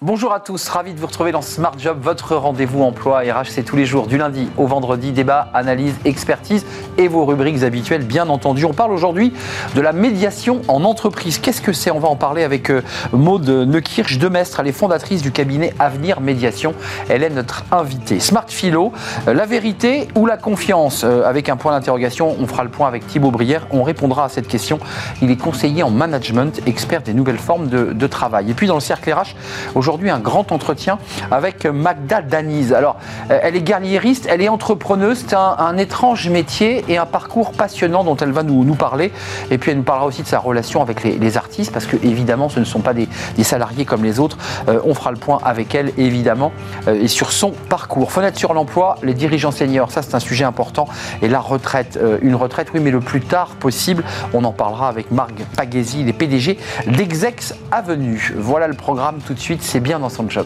Bonjour à tous, ravi de vous retrouver dans Smart Job, votre rendez-vous emploi RH, c'est tous les jours du lundi au vendredi, débat, analyse, expertise et vos rubriques habituelles bien entendu. On parle aujourd'hui de la médiation en entreprise. Qu'est-ce que c'est ? On va en parler avec Maud Neukirch de Mestre, elle est fondatrice du cabinet Avenir Médiation. Elle est notre invitée. Smart Philo, la vérité ou la confiance ? Avec un point d'interrogation, on fera le point avec Thibaut Brière. On répondra à cette question. Il est conseiller en management, expert des nouvelles formes de travail. Et puis dans le cercle RH, aujourd'hui un grand entretien avec Magda Daniz. Alors, elle est guerriériste, elle est entrepreneuse, c'est un étrange métier et un parcours passionnant dont elle va nous parler. Et puis elle nous parlera aussi de sa relation avec les artistes, parce que évidemment ce ne sont pas des salariés comme les autres. On fera le point avec elle évidemment et sur son parcours. Fenêtre sur l'emploi, les dirigeants seniors, ça c'est un sujet important. Et la retraite, une retraite, oui, mais le plus tard possible. On en parlera avec Marc Pagesi, les PDG d'Exex Avenue. Voilà le programme tout de suite, c'est bien dans son job.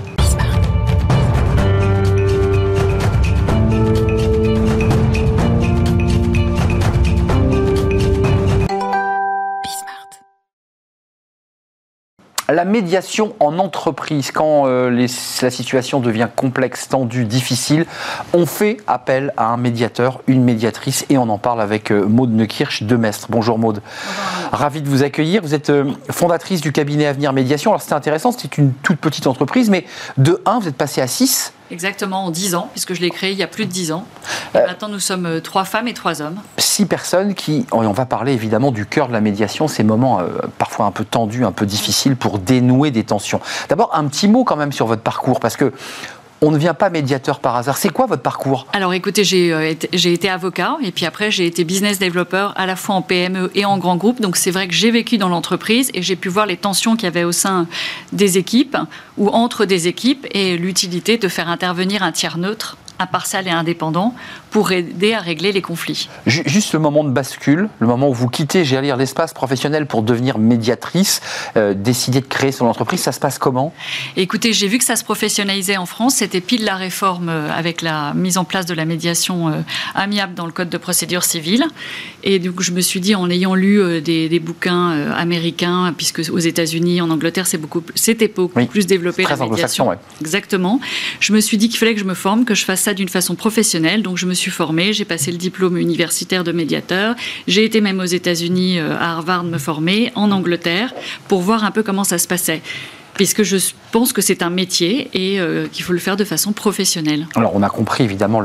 La médiation en entreprise, quand la situation devient complexe, tendue, difficile, on fait appel à un médiateur, une médiatrice, et on en parle avec Maud Neukirch de Mestre. Bonjour Maud. Bonjour. Ravi de vous accueillir. Vous êtes fondatrice du cabinet Avenir Médiation. Alors c'était intéressant, c'était une toute petite entreprise, mais de 1, vous êtes passé à 6. Exactement, en 10 ans, puisque je l'ai créé il y a plus de 10 ans. Et maintenant, nous sommes 3 femmes et 3 hommes. 6 personnes qui, on va parler évidemment du cœur de la médiation, ces moments parfois un peu tendus, un peu difficiles pour dénouer des tensions. D'abord, un petit mot quand même sur votre parcours, parce que on ne vient pas médiateur par hasard. C'est quoi votre parcours ? Alors écoutez, j'ai été avocat et puis après j'ai été business developer à la fois en PME et en grand groupe. Donc c'est vrai que j'ai vécu dans l'entreprise et j'ai pu voir les tensions qu'il y avait au sein des équipes ou entre des équipes et l'utilité de faire intervenir un tiers neutre, impartial et indépendant pour aider à régler les conflits. Juste le moment de bascule, le moment où vous quittez, j'allais dire, l'espace professionnel pour devenir médiatrice, décider de créer son entreprise, ça se passe comment ? Écoutez, j'ai vu que ça se professionnalisait en France, c'était pile la réforme avec la mise en place de la médiation amiable dans le Code de procédure civile. Et donc je me suis dit, en ayant lu des bouquins américains, puisque aux États-Unis, en Angleterre, c'était beaucoup plus développé la médiation. Ouais. Exactement. Je me suis dit qu'il fallait que je me forme, que je fasse ça d'une façon professionnelle. Donc je me suis formée, j'ai passé le diplôme universitaire de médiateur. J'ai été même aux États-Unis, à Harvard, me former, en Angleterre, pour voir un peu comment ça se passait. Puisque je pense que c'est un métier et qu'il faut le faire de façon professionnelle. Alors on a compris évidemment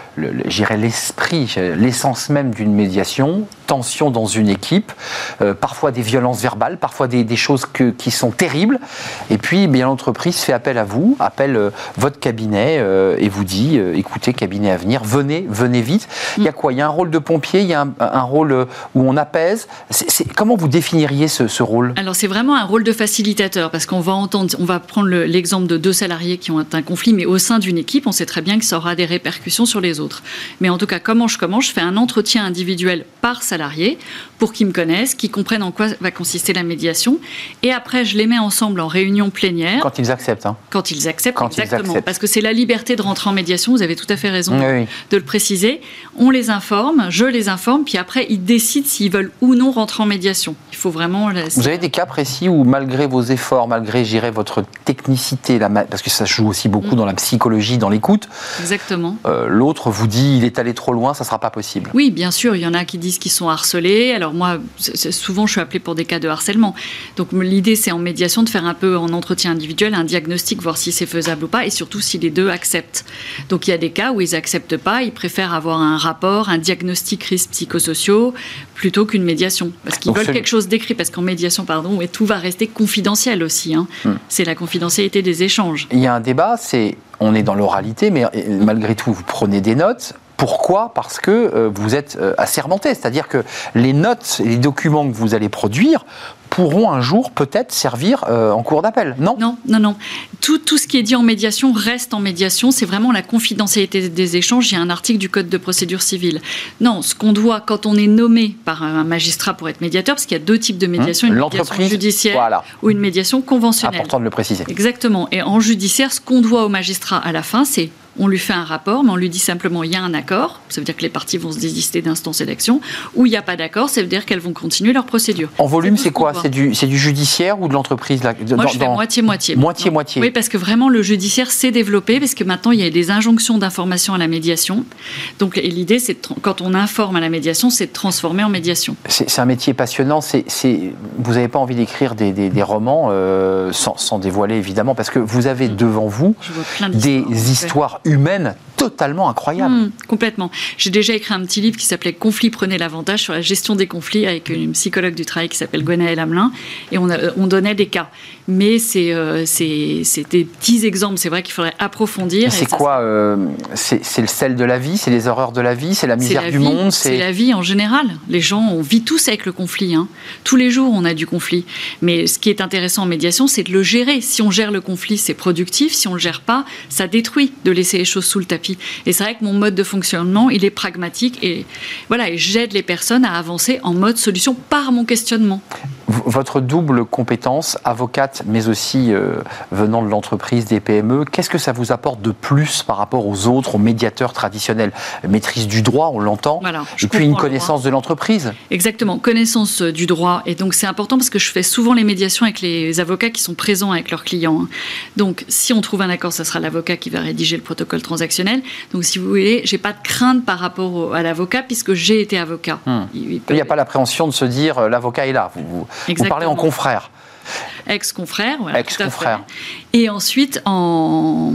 l'esprit, l'essence même d'une médiation, tension dans une équipe, parfois des violences verbales, parfois des choses qui sont terribles. Et puis bien l'entreprise fait appel à vous, appelle votre cabinet et vous dit écoutez, cabinet Avenir, venez vite. Il y a quoi ? Il y a un rôle de pompier, il y a un rôle où on apaise. Comment vous définiriez ce rôle ? Alors c'est vraiment un rôle de facilitateur parce qu'on va prendre l'exemple de 2 salariés qui ont un conflit, mais au sein d'une équipe, on sait très bien que ça aura des répercussions sur les autres. Mais en tout cas, comment je commence ? Je fais un entretien individuel par salarié pour qu'ils me connaissent, qu'ils comprennent en quoi va consister la médiation. Et après, je les mets ensemble en réunion plénière. Quand ils acceptent. Quand ils acceptent, exactement. Parce que c'est la liberté de rentrer en médiation, vous avez tout à fait raison de le préciser. On les informe, je les informe, puis après, ils décident s'ils veulent ou non rentrer en médiation. Il faut vraiment... Vous avez des cas précis où, malgré vos efforts, malgré, votre technicité, parce que ça joue aussi beaucoup dans la psychologie, dans l'écoute. Exactement. L'autre vous dit, il est allé trop loin, ça ne sera pas possible. Oui, bien sûr, il y en a qui disent qu'ils sont harcelés. Alors moi, souvent, je suis appelée pour des cas de harcèlement. Donc l'idée, c'est en médiation de faire un peu en entretien individuel, un diagnostic, voir si c'est faisable ou pas, et surtout si les deux acceptent. Donc il y a des cas où ils n'acceptent pas, ils préfèrent avoir un rapport, un diagnostic risques psychosociaux, plutôt qu'une médiation. Parce qu'ils veulent quelque chose d'écrit, parce qu'en médiation, et tout va rester confidentiel aussi. C'est la confidentialité des échanges. Il y a un débat, on est dans l'oralité, mais malgré tout, vous prenez des notes. Pourquoi ? Parce que vous êtes assermenté, c'est-à-dire que les notes et les documents que vous allez produire pourront un jour peut-être servir en cours d'appel, non ? Non. Tout ce qui est dit en médiation reste en médiation, c'est vraiment la confidentialité des échanges. Il y a un article du Code de procédure civile. Non, ce qu'on doit, quand on est nommé par un magistrat pour être médiateur, parce qu'il y a 2 types de médiation, une médiation judiciaire ou une médiation conventionnelle. Important de le préciser. Exactement. Et en judiciaire, ce qu'on doit au magistrat à la fin, c'est on lui fait un rapport, mais on lui dit simplement il y a un accord, ça veut dire que les parties vont se désister d'instance et d'action, ou il n'y a pas d'accord, ça veut dire qu'elles vont continuer leur procédure. En volume, c'est quoi ? C'est du judiciaire ou de l'entreprise là, Moi, je fais moitié-moitié. Moitié-moitié. Oui, parce que vraiment, le judiciaire s'est développé, parce que maintenant, il y a des injonctions d'information à la médiation. Donc, et l'idée, c'est quand on informe à la médiation, c'est de transformer en médiation. C'est un métier passionnant. Vous n'avez pas envie d'écrire des romans sans dévoiler, évidemment, parce que vous avez devant vous des histoires humaines totalement incroyables. Complètement. J'ai déjà écrit un petit livre qui s'appelait « Conflits, prenez l'avantage » sur la gestion des conflits avec une psychologue du travail qui s'appelle Gwenaëlle Hamelin, et on donnait des cas. Mais c'est des petits exemples, c'est vrai qu'il faudrait approfondir. C'est quoi c'est le sel de la vie, c'est les horreurs de la vie, c'est la misère du monde. C'est la vie en général. Les gens, on vit tous avec le conflit. Tous les jours, on a du conflit. Mais ce qui est intéressant en médiation, c'est de le gérer. Si on gère le conflit, c'est productif. Si on ne le gère pas, ça détruit de laisser les choses sous le tapis. Et c'est vrai que mon mode de fonctionnement, il est pragmatique. Et voilà, et j'aide les personnes à avancer en mode solution par mon questionnement. Votre double compétence, avocate, mais aussi venant de l'entreprise, des PME, qu'est-ce que ça vous apporte de plus par rapport aux autres, aux médiateurs traditionnels ? Maîtrise du droit, on l'entend, et puis une connaissance de l'entreprise. Exactement, connaissance du droit. Et donc c'est important parce que je fais souvent les médiations avec les avocats qui sont présents avec leurs clients. Donc si on trouve un accord, ça sera l'avocat qui va rédiger le protocole transactionnel. Donc si vous voulez, j'ai pas de crainte par rapport à l'avocat puisque j'ai été avocat. Il n'y a pas l'appréhension de se dire l'avocat est là. Vous parlez en confrère. Ex-confrère, voilà. Ex-confrère. Et ensuite, en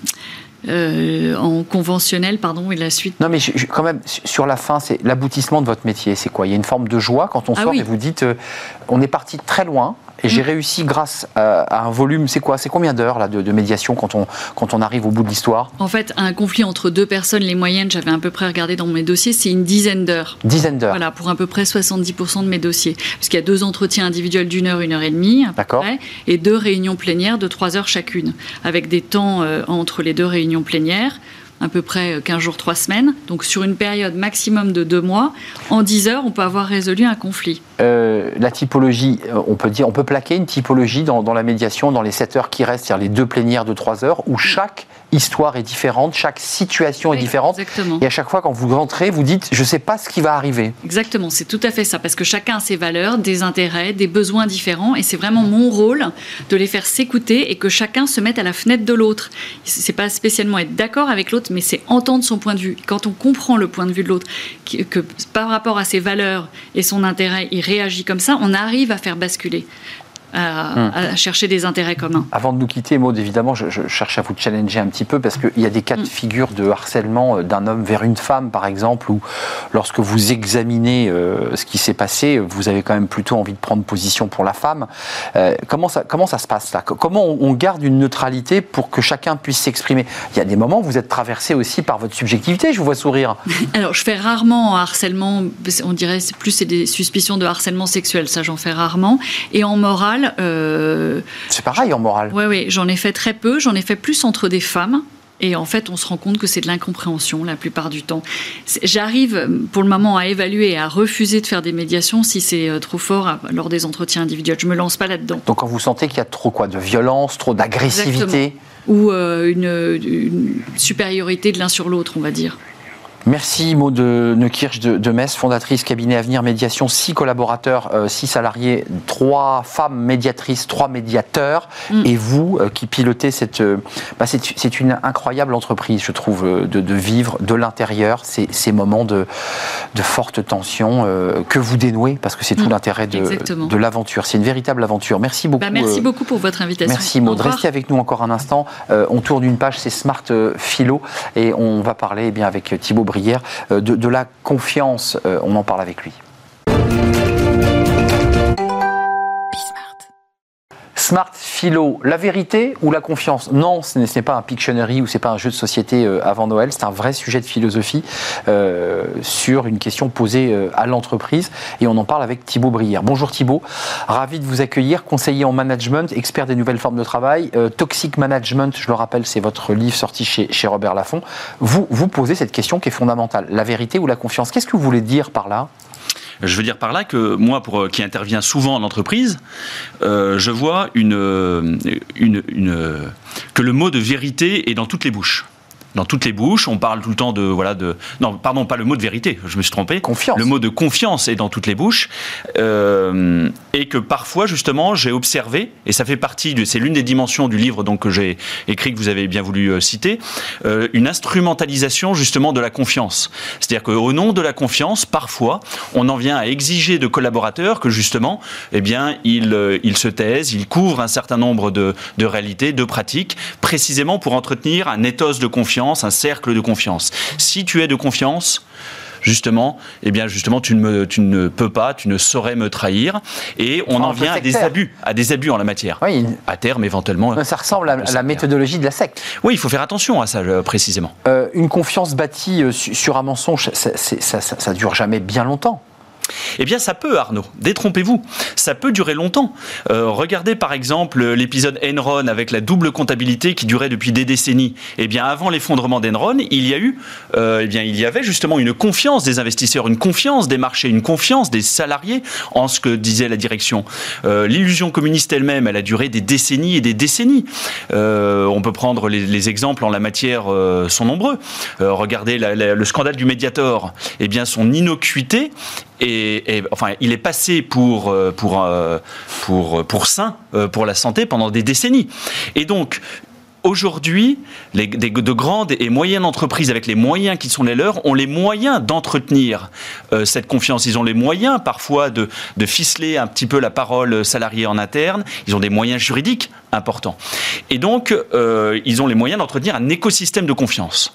conventionnel, pardon, et la suite. Non, mais quand même, sur la fin, c'est l'aboutissement de votre métier. C'est quoi ? Il y a une forme de joie quand on sort et vous dites on est parti très loin. Et j'ai réussi grâce à un volume, c'est quoi ? C'est combien d'heures là, de médiation quand on arrive au bout de l'histoire ? En fait, un conflit entre deux personnes, les moyennes, j'avais à peu près regardé dans mes dossiers, c'est une dizaine d'heures. Voilà, pour à peu près 70% de mes dossiers. Parce qu'il y a 2 entretiens individuels d'1 heure, 1h30, à peu près, et 2 réunions plénières de 3 heures chacune, avec des temps entre les 2 réunions plénières, à peu près 15 jours, 3 semaines. Donc sur une période maximum de 2 mois, en 10 heures, on peut avoir résolu un conflit. La typologie, on peut plaquer une typologie dans la médiation, dans les 7 heures qui restent, c'est-à-dire les 2 plénières de 3 heures, où chaque histoire est différente, chaque situation est différente. Exactement. Et à chaque fois, quand vous rentrez, vous dites « je ne sais pas ce qui va arriver ». Exactement, c'est tout à fait ça, parce que chacun a ses valeurs, des intérêts, des besoins différents, et c'est vraiment mon rôle de les faire s'écouter et que chacun se mette à la fenêtre de l'autre. C'est pas spécialement être d'accord avec l'autre, mais c'est entendre son point de vue. Quand on comprend le point de vue de l'autre, que par rapport à ses valeurs et son intérêt, il réagit comme ça, on arrive à faire basculer. À chercher des intérêts communs. Avant de nous quitter, Maud, évidemment, je cherche à vous challenger un petit peu parce qu'il y a des cas de figure de harcèlement d'un homme vers une femme, par exemple, où lorsque vous examinez ce qui s'est passé, vous avez quand même plutôt envie de prendre position pour la femme. Comment ça se passe là ? Comment on garde une neutralité pour que chacun puisse s'exprimer ? Il y a des moments où vous êtes traversé aussi par votre subjectivité, je vous vois sourire. Alors, je fais rarement harcèlement, on dirait c'est des suspicions de harcèlement sexuel, ça j'en fais rarement. Et en morale, c'est pareil en morale. Oui, j'en ai fait très peu. J'en ai fait plus entre des femmes. Et en fait, on se rend compte que c'est de l'incompréhension la plupart du temps. J'arrive pour le moment à évaluer et à refuser de faire des médiations si c'est trop fort lors des entretiens individuels. Je ne me lance pas là-dedans. Donc quand vous sentez qu'il y a trop de violence, trop d'agressivité ? Ou une supériorité de l'un sur l'autre, on va dire. Merci Maud Neukirch de Metz, fondatrice cabinet Avenir Médiation, 6 collaborateurs, 6 salariés, 3 femmes médiatrices, 3 médiateurs, et vous qui pilotez c'est une incroyable entreprise, je trouve, de vivre de l'intérieur ces moments de forte tension que vous dénouez, parce que c'est tout l'intérêt de l'aventure. C'est une véritable aventure. Merci beaucoup. Merci beaucoup pour votre invitation. Merci Maud. Restez avec nous encore un instant. On tourne une page, c'est Smart Philo, et on va parler avec Thibaut Brière de la confiance. On en parle avec lui. Smart Philo, la vérité ou la confiance ? Non, ce n'est pas un Pictionary ou ce n'est pas un jeu de société avant Noël, c'est un vrai sujet de philosophie sur une question posée à l'entreprise et on en parle avec Thibaut Brière. Bonjour Thibaut, ravi de vous accueillir, conseiller en management, expert des nouvelles formes de travail, Toxic Management, je le rappelle, c'est votre livre sorti chez Robert Laffont. Vous posez cette question qui est fondamentale, la vérité ou la confiance ? Qu'est-ce que vous voulez dire par là ? Je veux dire par là que moi, qui intervient souvent en entreprise, je vois que le mot de vérité est dans toutes les bouches. dans toutes les bouches. On parle tout le temps non, pardon, pas le mot de vérité, je me suis trompé. Confiance. Le mot de confiance est dans toutes les bouches. Et que parfois, justement, j'ai observé, et ça fait partie, c'est l'une des dimensions du livre donc, que j'ai écrit, que vous avez bien voulu citer, une instrumentalisation, justement, de la confiance. C'est-à-dire qu'au nom de la confiance, parfois, on en vient à exiger de collaborateurs que, justement, eh bien, ils se taisent, ils couvrent un certain nombre de réalités, de pratiques, précisément pour entretenir un ethos de confiance, un cercle de confiance. Si tu es de confiance, justement, eh bien justement, tu ne peux pas, tu ne saurais me trahir. Et on en vient à des abus en la matière. Oui. À terme, éventuellement. Ça ressemble à la méthodologie de la secte. Oui, il faut faire attention à ça, précisément. Une confiance bâtie sur un mensonge, ça dure jamais bien longtemps. Eh bien, ça peut, Arnaud. Détrompez-vous. Ça peut durer longtemps. Regardez, par exemple, l'épisode Enron avec la double comptabilité qui durait depuis des décennies. Eh bien, avant l'effondrement d'Enron, il y avait justement une confiance des investisseurs, une confiance des marchés, une confiance des salariés en ce que disait la direction. L'illusion communiste elle-même, elle a duré des décennies et des décennies. On peut prendre les exemples en la matière, sont nombreux. Regardez le scandale du Mediator. Eh bien, son innocuité enfin, il est passé pour sain pour la santé pendant des décennies. Et donc, aujourd'hui, de grandes et moyennes entreprises avec les moyens qui sont les leurs ont les moyens d'entretenir cette confiance. Ils ont les moyens parfois de ficeler un petit peu la parole salariée en interne. Ils ont des moyens juridiques importants. Et donc, ils ont les moyens d'entretenir un écosystème de confiance.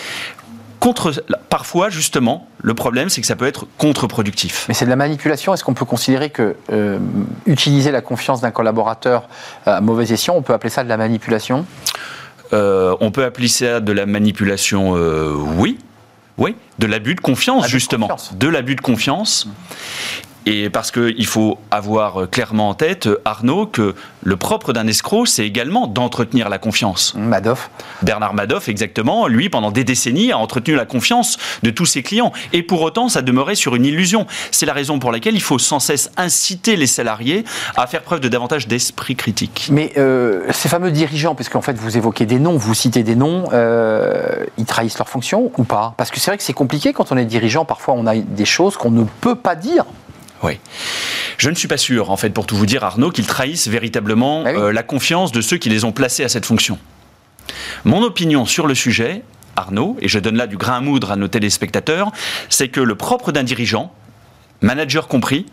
Parfois, justement, le problème, c'est que ça peut être contre-productif. Mais c'est de la manipulation. Est-ce qu'on peut considérer que utiliser la confiance d'un collaborateur à mauvais escient, on peut appeler ça de la manipulation ? On peut appeler ça de la manipulation, oui. Oui, de l'abus de confiance, justement. De l'abus de confiance. Et parce qu'il faut avoir clairement en tête, Arnaud, que le propre d'un escroc, c'est également d'entretenir la confiance. Madoff. Bernard Madoff, exactement, lui, pendant des décennies, a entretenu la confiance de tous ses clients. Et pour autant, ça demeurait sur une illusion. C'est la raison pour laquelle il faut sans cesse inciter les salariés à faire preuve de davantage d'esprit critique. Mais ces fameux dirigeants, puisqu'en fait, vous évoquez des noms, vous citez des noms, ils trahissent leur fonction ou pas ? Parce que c'est vrai que c'est compliqué quand on est dirigeant. Parfois, on a des choses qu'on ne peut pas dire. Oui. Je ne suis pas sûr, en fait, pour tout vous dire, Arnaud, qu'ils trahissent véritablement la confiance de ceux qui les ont placés à cette fonction. Mon opinion sur le sujet, Arnaud, et je donne là du grain à moudre à nos téléspectateurs, c'est que le propre d'un dirigeant, manager compris,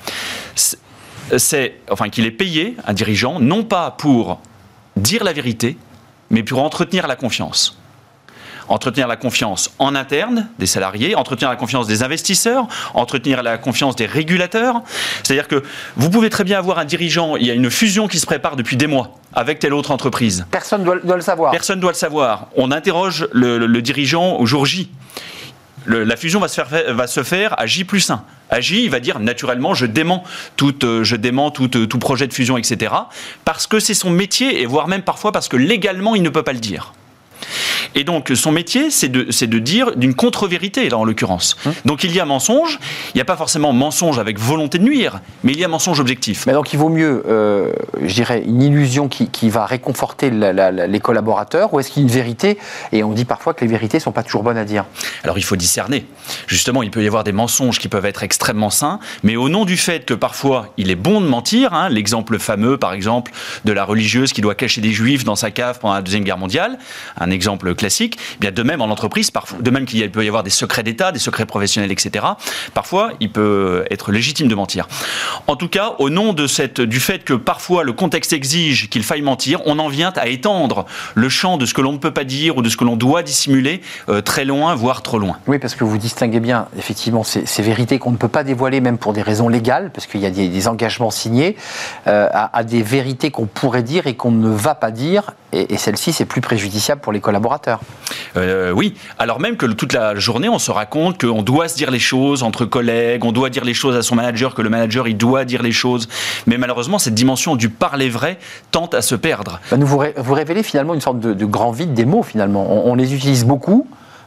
qu'il est payé, un dirigeant, non pas pour dire la vérité, mais pour entretenir la confiance. Entretenir la confiance en interne des salariés, entretenir la confiance des investisseurs, entretenir la confiance des régulateurs. C'est-à-dire que vous pouvez très bien avoir un dirigeant, il y a une fusion qui se prépare depuis des mois avec telle autre entreprise. Personne doit le savoir. Personne ne doit le savoir. On interroge le dirigeant au jour J. La fusion va se faire à J+1. À J, il va dire naturellement, je dément tout projet de fusion, etc. Parce que c'est son métier, et voire même parfois parce que légalement, il ne peut pas le dire. Et donc, son métier, c'est de dire d'une contre-vérité, là, en l'occurrence. Donc, il y a mensonge. Il n'y a pas forcément mensonge avec volonté de nuire, mais il y a mensonge objectif. Mais donc, il vaut mieux, je dirais, une illusion qui va réconforter les collaborateurs, ou est-ce qu'il y a une vérité ? Et on dit parfois que les vérités ne sont pas toujours bonnes à dire. Alors, il faut discerner. Justement, il peut y avoir des mensonges qui peuvent être extrêmement sains, mais au nom du fait que parfois, il est bon de mentir, l'exemple fameux, par exemple, de la religieuse qui doit cacher des juifs dans sa cave pendant la Deuxième Guerre mondiale, un exemple classique, bien de même en entreprise, parfois, de même qu'il peut y avoir des secrets d'État, des secrets professionnels, etc. Parfois, il peut être légitime de mentir. En tout cas, au nom du fait que parfois le contexte exige qu'il faille mentir, on en vient à étendre le champ de ce que l'on ne peut pas dire ou de ce que l'on doit dissimuler très loin, voire trop loin. Oui, parce que vous distinguez bien, effectivement, ces vérités qu'on ne peut pas dévoiler, même pour des raisons légales, parce qu'il y a des engagements signés, à des vérités qu'on pourrait dire et qu'on ne va pas dire, et celle-ci, c'est plus préjudiciable pour les collaborateurs. Oui, alors même que toute la journée, on se raconte qu'on doit se dire les choses entre collègues, on doit dire les choses à son manager, que le manager, il doit dire les choses. Mais malheureusement, cette dimension du parler vrai tente à se perdre. Vous révélez finalement une sorte de grand vide des mots, finalement. On les utilise beaucoup,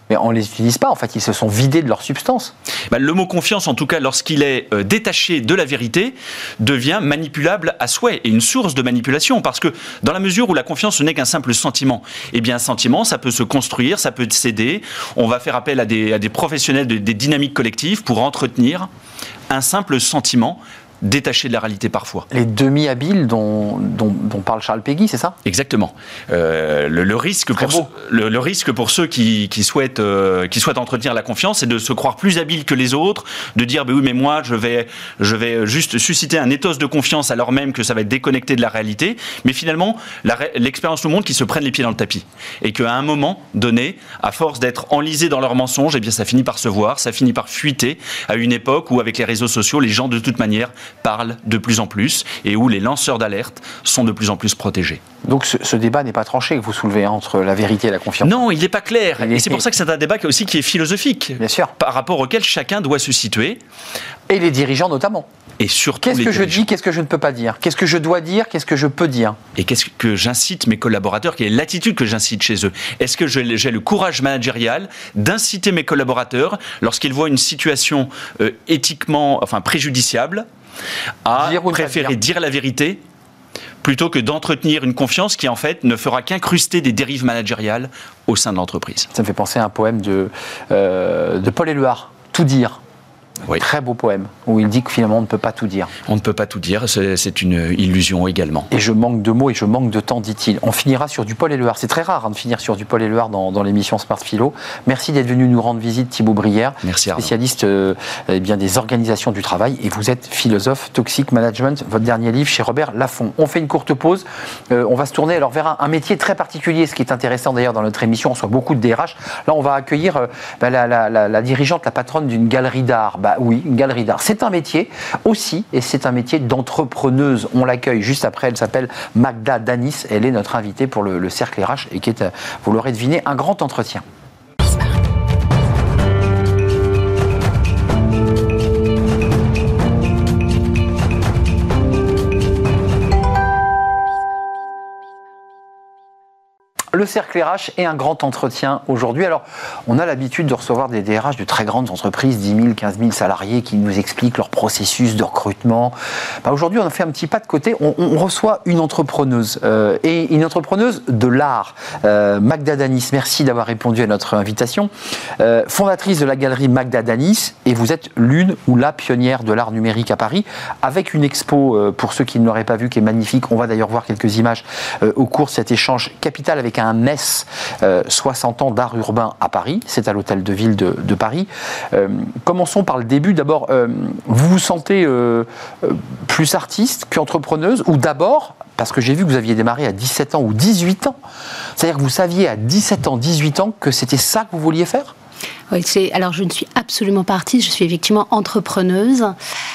Mais on ne les utilise pas, en fait, ils se sont vidés de leur substance. Le mot confiance, en tout cas, lorsqu'il est détaché de la vérité, devient manipulable à souhait et une source de manipulation. Parce que dans la mesure où la confiance n'est qu'un simple sentiment, eh bien un sentiment, ça peut se construire, ça peut céder. On va faire appel à des professionnels des dynamiques collectives pour entretenir un simple sentiment détaché de la réalité parfois. Les demi-habiles dont parle Charles Péguy, c'est ça ? Exactement. Le risque pour ceux qui souhaitent entretenir la confiance, c'est de se croire plus habile que les autres, de dire oui, mais moi je vais juste susciter un ethos de confiance alors même que ça va être déconnecté de la réalité. Mais finalement, l'expérience nous montre qu'ils se prennent les pieds dans le tapis et qu'à un moment donné, à force d'être enlisés dans leurs mensonges, eh bien ça finit par se voir, ça finit par fuiter à une époque où avec les réseaux sociaux, les gens de toute manière parlent de plus en plus et où les lanceurs d'alerte sont de plus en plus protégés. Donc ce débat n'est pas tranché que vous soulevez entre la vérité et la confiance. Non, il n'est pas clair. Et c'est pour ça que c'est un débat qui est philosophique. Bien sûr. Par rapport auquel chacun doit se situer. Et les dirigeants notamment. Et surtout qu'est-ce que je dis, qu'est-ce que je ne peux pas dire ? Qu'est-ce que je dois dire, qu'est-ce que je peux dire ? Et qu'est-ce que j'incite mes collaborateurs ? Quelle est l'attitude que j'incite chez eux ? Est-ce que j'ai le courage managérial d'inciter mes collaborateurs, lorsqu'ils voient une situation éthiquement préjudiciable, à préférer dire la vérité plutôt que d'entretenir une confiance qui en fait ne fera qu'incruster des dérives managériales au sein de l'entreprise. Ça me fait penser à un poème de Paul Éluard, Tout dire. Oui. Très beau poème, où il dit que finalement on ne peut pas tout dire. On ne peut pas tout dire, c'est une illusion également. Et je manque de mots et je manque de temps, dit-il. On finira sur du Paul Éluard. C'est très rare de finir sur du Paul Éluard dans l'émission Smart Philo. Merci d'être venu nous rendre visite, Thibaut Brière. Merci Arnaud. Spécialiste des organisations du travail. Et vous êtes philosophe, Toxic Management, votre dernier livre chez Robert Laffont. On fait une courte pause. On va se tourner alors vers un métier très particulier. Ce qui est intéressant d'ailleurs dans notre émission, on reçoit beaucoup de DRH. Là, on va accueillir la dirigeante, la patronne d'une galerie d'art. Oui, une galerie d'art. C'est un métier aussi, et c'est un métier d'entrepreneuse. On l'accueille juste après. Elle s'appelle Magda Danis. Elle est notre invitée pour le Cercle RH et qui est, vous l'aurez deviné, un grand entretien. Le Cercle RH est un grand entretien aujourd'hui. Alors, on a l'habitude de recevoir des DRH de très grandes entreprises, 10 000, 15 000 salariés, qui nous expliquent leur processus de recrutement. Aujourd'hui, on a fait un petit pas de côté. On reçoit une entrepreneuse, et une entrepreneuse de l'art. Magda Danis, merci d'avoir répondu à notre invitation. Fondatrice de la galerie Magda Danis, et vous êtes l'une ou la pionnière de l'art numérique à Paris, avec une expo, pour ceux qui ne l'auraient pas vu, qui est magnifique. On va d'ailleurs voir quelques images au cours de cet échange capital avec un MES, 60 ans d'art urbain à Paris. C'est à l'hôtel de ville de Paris. Commençons par le début. D'abord, vous vous sentez plus artiste qu'entrepreneuse, ou d'abord, parce que j'ai vu que vous aviez démarré à 17 ans ou 18 ans, c'est-à-dire que vous saviez à 17 ans, 18 ans que c'était ça que vous vouliez faire ? Oui, alors je ne suis absolument pas artiste, je suis effectivement entrepreneuse.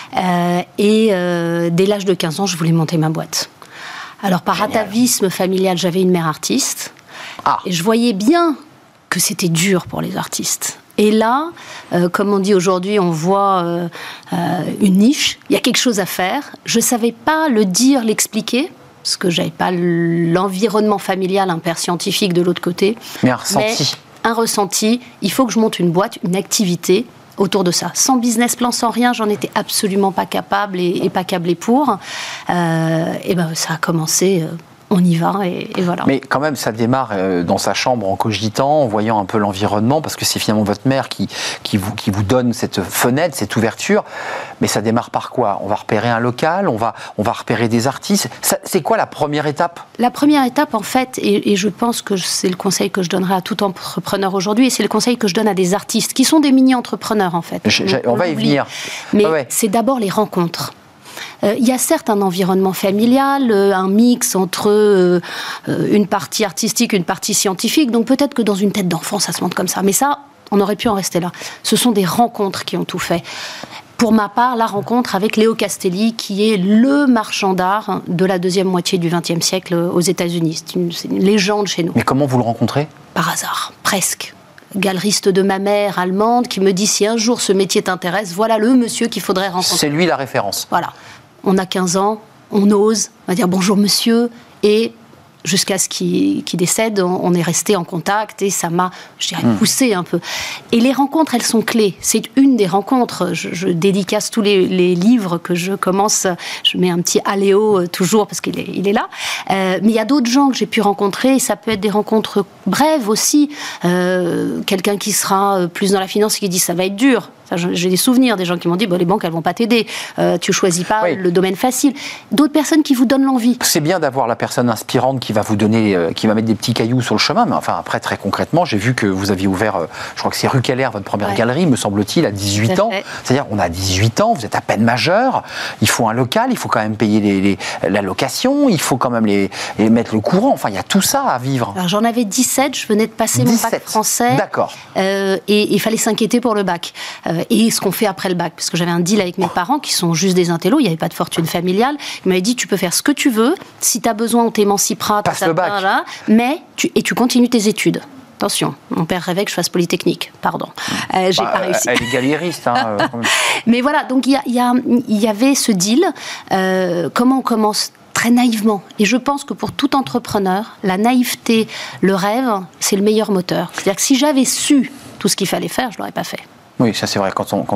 Dès l'âge de 15 ans, je voulais monter ma boîte. Alors par atavisme familial, j'avais une mère artiste. Et je voyais bien que c'était dur pour les artistes. Et là, comme on dit aujourd'hui, on voit une niche, il y a quelque chose à faire. Je ne savais pas le dire, l'expliquer, parce que je n'avais pas l'environnement familial, un père scientifique de l'autre côté. Mais un ressenti. Un ressenti, il faut que je monte une boîte, une activité autour de ça. Sans business plan, sans rien, j'en étais absolument pas capable et pas câblée pour. Ça a commencé... on y va et voilà. Mais quand même, ça démarre dans sa chambre en cogitant, en voyant un peu l'environnement, parce que c'est finalement votre mère qui vous donne cette fenêtre, cette ouverture. Mais ça démarre par quoi ? On va repérer un local, on va repérer des artistes. C'est quoi la première étape ? La première étape, en fait, et je pense que c'est le conseil que je donnerai à tout entrepreneur aujourd'hui, et c'est le conseil que je donne à des artistes, qui sont des mini-entrepreneurs, en fait. On va y venir. Mais c'est d'abord les rencontres. Il y a certes un environnement familial, un mix entre une partie artistique, une partie scientifique, donc peut-être que dans une tête d'enfant, ça se montre comme ça. Mais ça, on aurait pu en rester là. Ce sont des rencontres qui ont tout fait. Pour ma part, la rencontre avec Léo Castelli, qui est le marchand d'art de la deuxième moitié du XXe siècle aux États-Unis. C'est une légende chez nous. Mais comment vous le rencontrez ? Par hasard, presque. Galeriste de ma mère, allemande, qui me dit si un jour ce métier t'intéresse, voilà le monsieur qu'il faudrait rencontrer. C'est lui la référence. Voilà. On a 15 ans, on ose, on va dire bonjour monsieur, et jusqu'à ce qu'il décède, on est resté en contact et ça m'a, je dirais, poussé un peu. Et les rencontres, elles sont clés. C'est une des rencontres. Je dédicace tous les livres que je commence. Je mets un petit aléo toujours parce qu'il est là. Mais il y a d'autres gens que j'ai pu rencontrer. Et ça peut être des rencontres brèves aussi. Quelqu'un qui sera plus dans la finance et qui dit ça va être dur. J'ai des souvenirs des gens qui m'ont dit les banques elles vont pas t'aider, tu choisis pas le domaine facile. D'autres personnes qui vous donnent l'envie. C'est bien d'avoir la personne inspirante qui va vous donner, qui va mettre des petits cailloux sur le chemin, mais enfin après très concrètement, j'ai vu que vous aviez ouvert, je crois que c'est rue Keller, votre première galerie, me semble-t-il, à 18 ans. C'est-à-dire on a 18 ans, vous êtes à peine majeur, il faut un local, il faut quand même payer la location, il faut quand même les mettre le courant. Enfin il y a tout ça à vivre. Alors j'en avais 17, je venais de passer mon bac français. D'accord. Et il fallait s'inquiéter pour le bac. Et ce qu'on fait après le bac, parce que j'avais un deal avec mes parents qui sont juste des intellos, il n'y avait pas de fortune familiale. Ils m'avaient dit tu peux faire ce que tu veux, si tu as besoin on t'émancipera, passe le bac. Mais tu continues tes études. Attention, mon père rêvait que je fasse Polytechnique, pardon. J'ai pas réussi. Elle est galériste. Mais voilà, donc il y avait ce deal. Comment on commence ? Très naïvement. Et je pense que pour tout entrepreneur, la naïveté, le rêve, c'est le meilleur moteur. C'est-à-dire que si j'avais su tout ce qu'il fallait faire, je ne l'aurais pas fait. Oui, ça c'est vrai.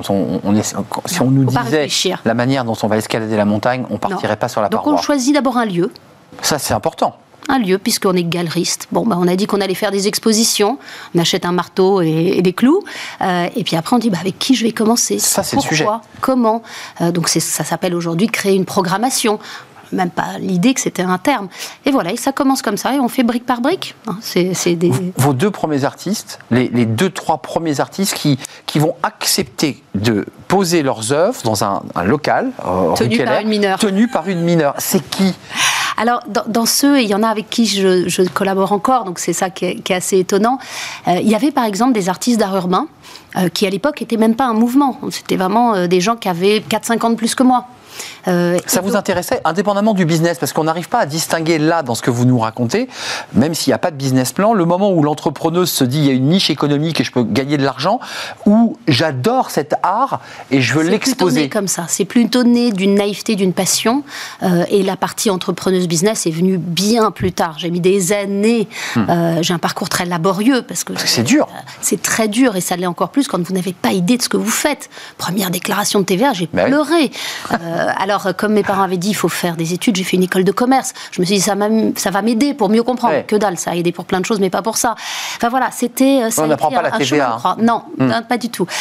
Si on nous disait la manière dont on va escalader la montagne, on ne partirait pas sur la paroi. Donc on choisit d'abord un lieu. Ça c'est important. Un lieu, puisqu'on est galeriste. Bon, on a dit qu'on allait faire des expositions, on achète un marteau et des clous, et puis après on dit avec qui je vais commencer ? Ça c'est le sujet. Pourquoi ? Comment ? Donc ça s'appelle aujourd'hui créer une programmation. Même pas l'idée que c'était un terme. Et voilà, et ça commence comme ça, et on fait brique par brique. Vos deux premiers artistes, les 2-3 premiers artistes qui vont accepter de poser leurs œuvres dans un local tenu par une mineure. C'est qui ? Alors, dans ceux, il y en a avec qui je collabore encore, donc c'est ça qui est assez étonnant. Il y avait par exemple des artistes d'art urbain qui à l'époque n'étaient même pas un mouvement. C'était vraiment des gens qui avaient 4-5 ans de plus que moi. Ça vous intéressait indépendamment du business, parce qu'on n'arrive pas à distinguer là dans ce que vous nous racontez, même s'il n'y a pas de business plan, le moment où l'entrepreneuse se dit il y a une niche économique et je peux gagner de l'argent, ou j'adore cet art et je veux l'exposer. C'est plutôt né comme ça, c'est plutôt né d'une naïveté, d'une passion, et la partie entrepreneuse business est venue bien plus tard. J'ai mis des années, j'ai un parcours très laborieux parce que c'est dur. C'est très dur et ça l'est encore plus quand vous n'avez pas idée de ce que vous faites. Première déclaration de TVA, j'ai pleuré. Alors, comme mes parents avaient dit, il faut faire des études, j'ai fait une école de commerce. Je me suis dit, ça va m'aider pour mieux comprendre. Ouais. Que dalle, ça a aidé pour plein de choses, mais pas pour ça. Enfin voilà, c'était... On n'apprend pas la TVA. Non, pas du tout.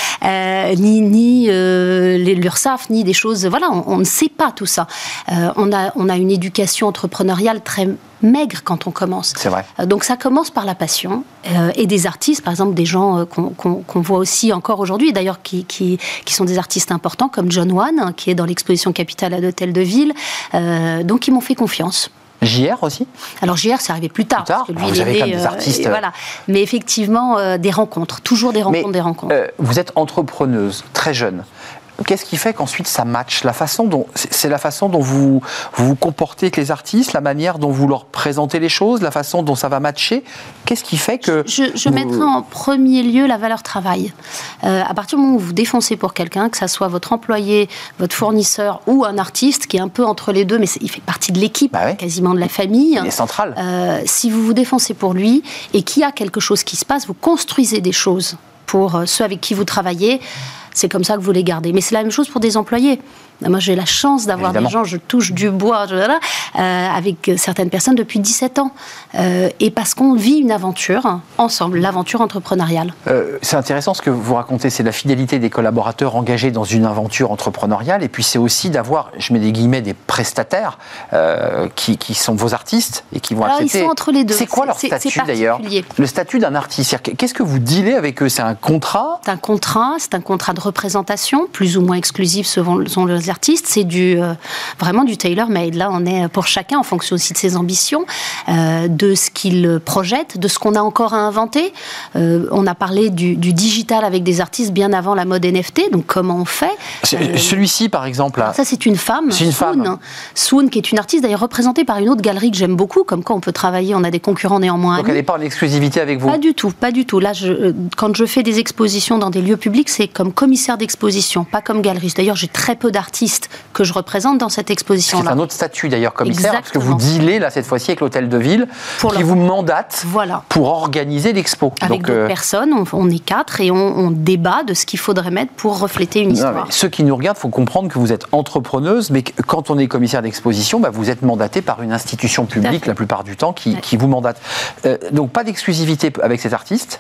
Ni l'URSSAF, ni des choses... Voilà, on ne sait pas tout ça. On a une éducation entrepreneuriale très maigre quand on commence. C'est vrai. Donc ça commence par la passion et des artistes, par exemple des gens qu'on voit aussi encore aujourd'hui, d'ailleurs qui sont des artistes importants comme John Wan, qui est dans l'exposition Capitale à l'Hôtel de Ville, donc ils m'ont fait confiance. JR aussi ? Alors JR, c'est arrivé plus tard. Parce que lui, vous avez comme des artistes. Voilà. Mais effectivement, des rencontres, toujours des rencontres. Vous êtes entrepreneuse, très jeune. Qu'est-ce qui fait qu'ensuite ça matche ? C'est la façon dont vous vous comportez avec les artistes, la manière dont vous leur présentez les choses, la façon dont ça va matcher. Qu'est-ce qui fait que... Je mettrai en premier lieu la valeur travail. À partir du moment où vous défoncez pour quelqu'un, que ça soit votre employé, votre fournisseur ou un artiste qui est un peu entre les deux, mais il fait partie de l'équipe, quasiment de la famille. Il est central. Si vous vous défoncez pour lui et qu'il y a quelque chose qui se passe, vous construisez des choses pour ceux avec qui vous travaillez. C'est comme ça que vous les gardez. Mais c'est la même chose pour des employés. Moi, j'ai la chance d'avoir des gens, je touche du bois, avec certaines personnes depuis 17 ans. Et parce qu'on vit une aventure ensemble, l'aventure entrepreneuriale. C'est intéressant ce que vous racontez, c'est la fidélité des collaborateurs engagés dans une aventure entrepreneuriale. Et puis c'est aussi d'avoir, je mets des guillemets, des prestataires qui sont vos artistes et qui vont accepter. Ils sont entre les deux. C'est quoi leur statut d'ailleurs ? Le statut d'un artiste. Qu'est-ce que vous dealez avec eux ? C'est un contrat ? C'est un contrat de représentation, plus ou moins exclusif selon les artistes. C'est vraiment du tailor-made. Là, on est pour chacun en fonction aussi de ses ambitions, de ce qu'il projette, de ce qu'on a encore à inventer. On a parlé du digital avec des artistes bien avant la mode NFT. Donc, comment on fait ? Celui-ci, par exemple. Là. Ça, c'est une femme. C'est une femme. Swoon, qui est une artiste d'ailleurs représentée par une autre galerie que j'aime beaucoup. Comme quoi, on peut travailler. On a des concurrents néanmoins. Donc, elle n'est pas en exclusivité avec vous ? Pas du tout. Là, quand je fais des expositions dans des lieux publics, c'est comme communauté commissaire d'exposition, pas comme galeriste. D'ailleurs, j'ai très peu d'artistes que je représente dans cette exposition-là. C'est un autre statut d'ailleurs, commissaire, Exactement. parce que vous dealez là cette fois-ci avec l'hôtel de ville qui vous mandate pour organiser l'expo. Avec d'autres personnes, on est 4 et on débat de ce qu'il faudrait mettre pour refléter une histoire. Non, ceux qui nous regardent, il faut comprendre que vous êtes entrepreneuse, mais que quand on est commissaire d'exposition, vous êtes mandaté par une institution publique la plupart du temps qui vous mandate. Donc pas d'exclusivité avec cet artiste.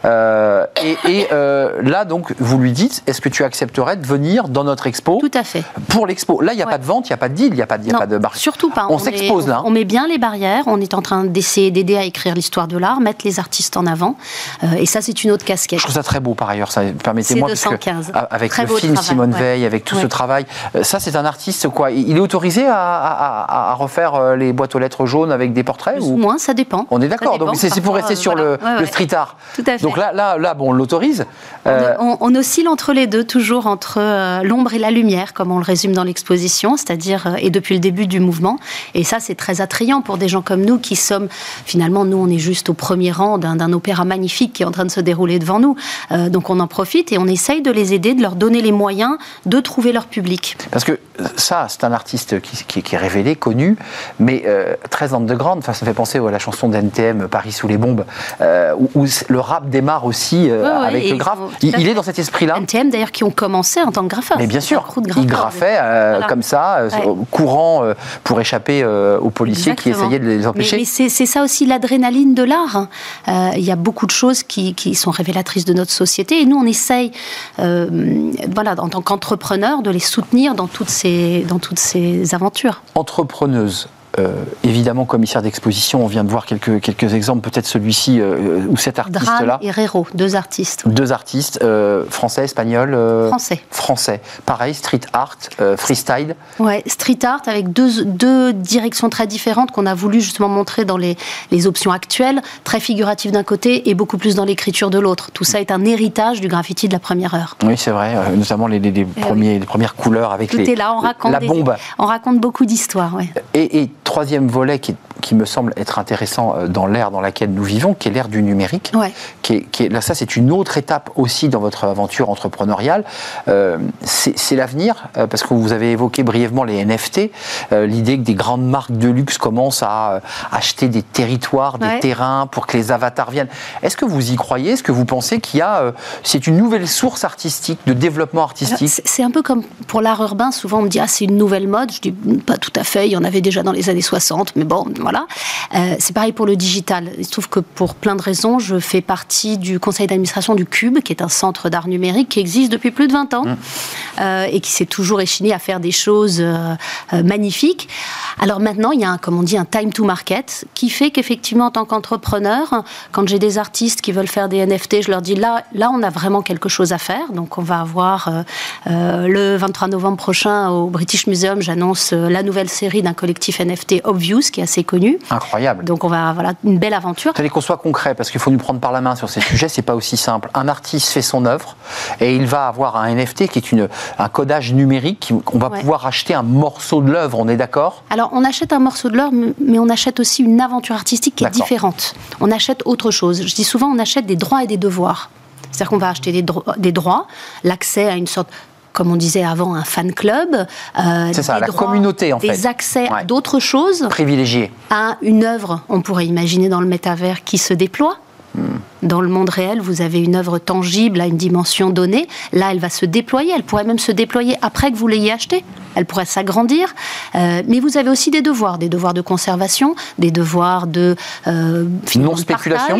Là, donc, vous lui dites, est-ce que tu accepterais de venir dans notre expo ? Tout à fait. Pour l'expo. Là, il n'y a pas de vente, il n'y a pas de deal, il n'y a pas de barrière. Surtout pas. On s'expose là. On met bien les barrières. On est en train d'aider à écrire l'histoire de l'art, mettre les artistes en avant. Et ça, c'est une autre casquette. Je trouve ça très beau, par ailleurs. Permettez-moi, c'est 215. Avec très le film travail, Simone Veil, avec tout ce travail. Ça, c'est un artiste, quoi. Il est autorisé à refaire les boîtes aux lettres jaunes avec des portraits ou moins, ça dépend. On est d'accord. Donc, c'est pour rester sur le street art. Tout à fait. Donc là, bon, on l'autorise. On oscille entre les deux, toujours entre l'ombre et la lumière, comme on le résume dans l'exposition, c'est-à-dire, et depuis le début du mouvement. Et ça, c'est très attrayant pour des gens comme nous qui sommes, finalement, nous, on est juste au premier rang d'un opéra magnifique qui est en train de se dérouler devant nous. Donc on en profite et on essaye de les aider, de leur donner les moyens de trouver leur public. Parce que ça, c'est un artiste qui est révélé, connu, mais très underground. Enfin, ça me fait penser à la chanson d'NTM, Paris sous les bombes, où le rap démarre aussi avec le graphe. Il est dans cet esprit-là. NTM, d'ailleurs, qui ont commencé en tant que graffeurs. Mais bien sûr, ils graffaient comme ça, courant pour échapper aux policiers qui essayaient de les empêcher. Mais c'est ça aussi l'adrénaline de l'art. Il y a beaucoup de choses qui sont révélatrices de notre société et nous, on essaye, en tant qu'entrepreneurs, de les soutenir dans toutes ces aventures. Entrepreneuse. Évidemment, commissaire d'exposition, on vient de voir quelques exemples, peut-être celui-ci ou cet artiste-là. Dran et Rero, deux artistes. Deux artistes, français, espagnol Français. Pareil, street art, freestyle. Ouais, street art avec deux directions très différentes qu'on a voulu justement montrer dans les options actuelles, très figuratives d'un côté et beaucoup plus dans l'écriture de l'autre. Tout ça est un héritage du graffiti de la première heure. Oui, c'est vrai, notamment les premières couleurs avec la bombe. On raconte beaucoup d'histoires, ouais. Et troisième volet qui me semble être intéressant dans l'ère dans laquelle nous vivons, qui est l'ère du numérique. Ouais. Là, ça, c'est une autre étape aussi dans votre aventure entrepreneuriale. C'est l'avenir, parce que vous avez évoqué brièvement les NFT, l'idée que des grandes marques de luxe commencent à acheter des territoires, des terrains pour que les avatars viennent. Est-ce que vous y croyez ? Est-ce que vous pensez c'est une nouvelle source artistique, de développement artistique ? C'est un peu comme pour l'art urbain. Souvent, on me dit « Ah, c'est une nouvelle mode ». Je dis « Pas tout à fait, il y en avait déjà dans les années 60, mais bon, voilà. » C'est pareil pour le digital. Il se trouve que pour plein de raisons, je fais partie du conseil d'administration du Cube, qui est un centre d'art numérique qui existe depuis plus de 20 ans et qui s'est toujours échiné à faire des choses magnifiques. Alors maintenant, il y a comme on dit, un time to market qui fait qu'effectivement, en tant qu'entrepreneur, quand j'ai des artistes qui veulent faire des NFT, je leur dis là, on a vraiment quelque chose à faire. Donc, on va avoir le 23 novembre prochain au British Museum, j'annonce la nouvelle série d'un collectif NFT Obvious, qui est assez connu. Incroyable. Donc, une belle aventure. Vous savez qu'on soit concret, parce qu'il faut nous prendre par la main sur ces sujets, c'est pas aussi simple. Un artiste fait son œuvre et il va avoir un NFT qui est un codage numérique. On va pouvoir acheter un morceau de l'œuvre, on est d'accord ? Alors, on achète un morceau de l'œuvre, mais on achète aussi une aventure artistique qui est différente. On achète autre chose. Je dis souvent, on achète des droits et des devoirs. C'est-à-dire qu'on va acheter des droits, l'accès à une sorte, comme on disait avant, un fan club. C'est ça, la communauté en fait. Des accès à d'autres choses. Privilégiés. À une œuvre, on pourrait imaginer dans le métavers, qui se déploie. Dans le monde réel, vous avez une œuvre tangible à une dimension donnée. Là, elle va se déployer. Elle pourrait même se déployer après que vous l'ayez achetée. Elle pourrait s'agrandir. Mais vous avez aussi des devoirs de conservation, des devoirs de non-spéculation.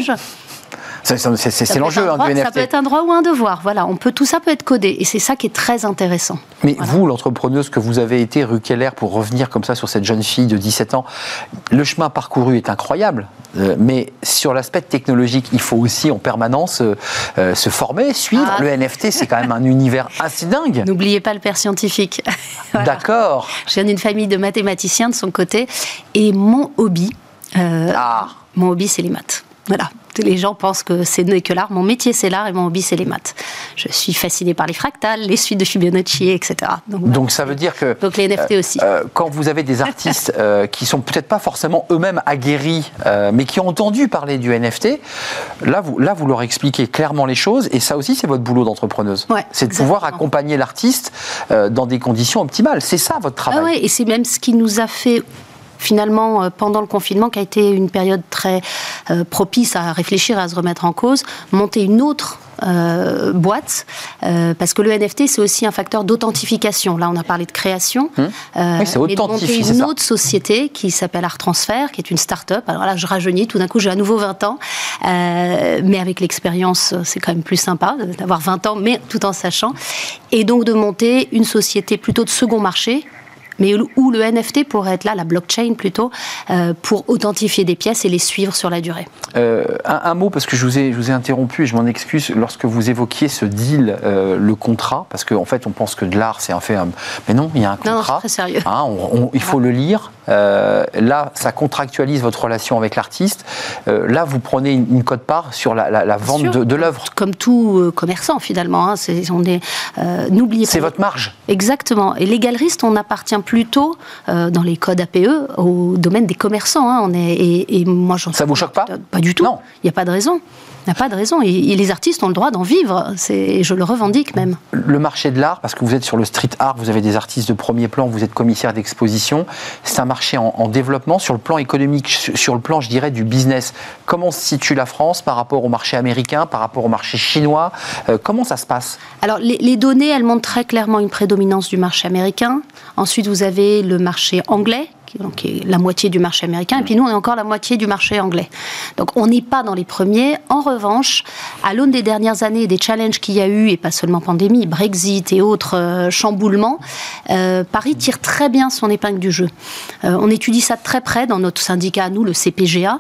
C'est l'enjeu du NFT. Ça peut être un droit ou un devoir. Voilà, tout ça peut être codé. Et c'est ça qui est très intéressant. Mais vous, l'entrepreneuse que vous avez été, rue Keller, pour revenir comme ça sur cette jeune fille de 17 ans, le chemin parcouru est incroyable. Mais sur l'aspect technologique, il faut aussi en permanence se former, suivre. Le NFT, c'est quand même un univers assez dingue. N'oubliez pas le père scientifique. Voilà. D'accord. Je viens d'une famille de mathématiciens de son côté. Et mon hobby, c'est les maths. Voilà. Les gens pensent que c'est que l'art. Mon métier, c'est l'art et mon hobby, c'est les maths. Je suis fascinée par les fractales, les suites de Fibonacci, etc. Donc ça veut dire que... Donc les NFT aussi. Quand vous avez des artistes qui sont peut-être pas forcément eux-mêmes aguerris, mais qui ont entendu parler du NFT, là, vous leur expliquez clairement les choses. Et ça aussi, c'est votre boulot d'entrepreneuse. Ouais, c'est de pouvoir accompagner l'artiste dans des conditions optimales. C'est ça, votre travail. Ah ouais, et c'est même ce qui nous a fait... finalement, pendant le confinement, qui a été une période très propice à réfléchir, à se remettre en cause, monter une autre boîte, parce que le NFT, c'est aussi un facteur d'authentification. Là, on a parlé de création, oui, c'est mais de monter une autre société qui s'appelle Art Transfer, qui est une start-up. Alors là, je rajeunis, tout d'un coup, j'ai à nouveau 20 ans, mais avec l'expérience, c'est quand même plus sympa d'avoir 20 ans, mais tout en sachant. Et donc, de monter une société plutôt de second marché, mais où le NFT pourrait être là, la blockchain plutôt, pour authentifier des pièces et les suivre sur la durée. Un mot, parce que je vous ai interrompu et je m'en excuse, lorsque vous évoquiez ce deal, le contrat, parce qu'en fait on pense que de l'art c'est un fait, mais non, il y a un contrat. Non, c'est très sérieux. Il faut le lire. Là, ça contractualise votre relation avec l'artiste. Là, vous prenez une quote-part sur la vente de l'œuvre. Comme tout commerçant, finalement. N'oubliez pas. C'est votre marge. Exactement. Et les galeristes, on appartient plutôt, dans les codes APE, au domaine des commerçants. Et moi, ça vous choque pas ? Pas du tout. Non. Il n'y a pas de raison. Il n'y a pas de raison. Et les artistes ont le droit d'en vivre. Et je le revendique même. Le marché de l'art, parce que vous êtes sur le street art, vous avez des artistes de premier plan, vous êtes commissaire d'exposition, c'est un marché en développement sur le plan économique, sur le plan, je dirais, du business. Comment se situe la France par rapport au marché américain, par rapport au marché chinois ? Comment ça se passe ? Alors, les données, elles montrent très clairement une prédominance du marché américain. Ensuite, vous avez le marché anglais, qui est la moitié du marché américain, et puis nous, on est encore la moitié du marché anglais. Donc, on n'est pas dans les premiers. En revanche, à l'aune des dernières années, des challenges qu'il y a eu, et pas seulement pandémie, Brexit et autres chamboulements, Paris tire très bien son épingle du jeu. On étudie ça de très près dans notre syndicat, nous, le CPGA,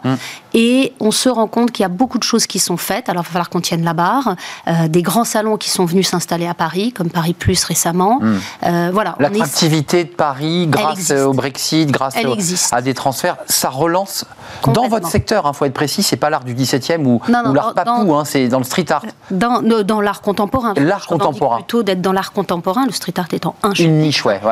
et on se rend compte qu'il y a beaucoup de choses qui sont faites. Alors, il va falloir qu'on tienne la barre. Des grands salons qui sont venus s'installer à Paris, comme Paris Plus récemment. Voilà. L'attractivité de Paris, grâce au Brexit, grâce à des transferts, ça relance dans votre secteur. Il faut être précis, c'est pas l'art du 17e ou l'art papou, c'est dans le street art. Dans l'art contemporain. L'art contemporain. Plutôt d'être dans l'art contemporain, le street art étant un champ. Une niche, ouais.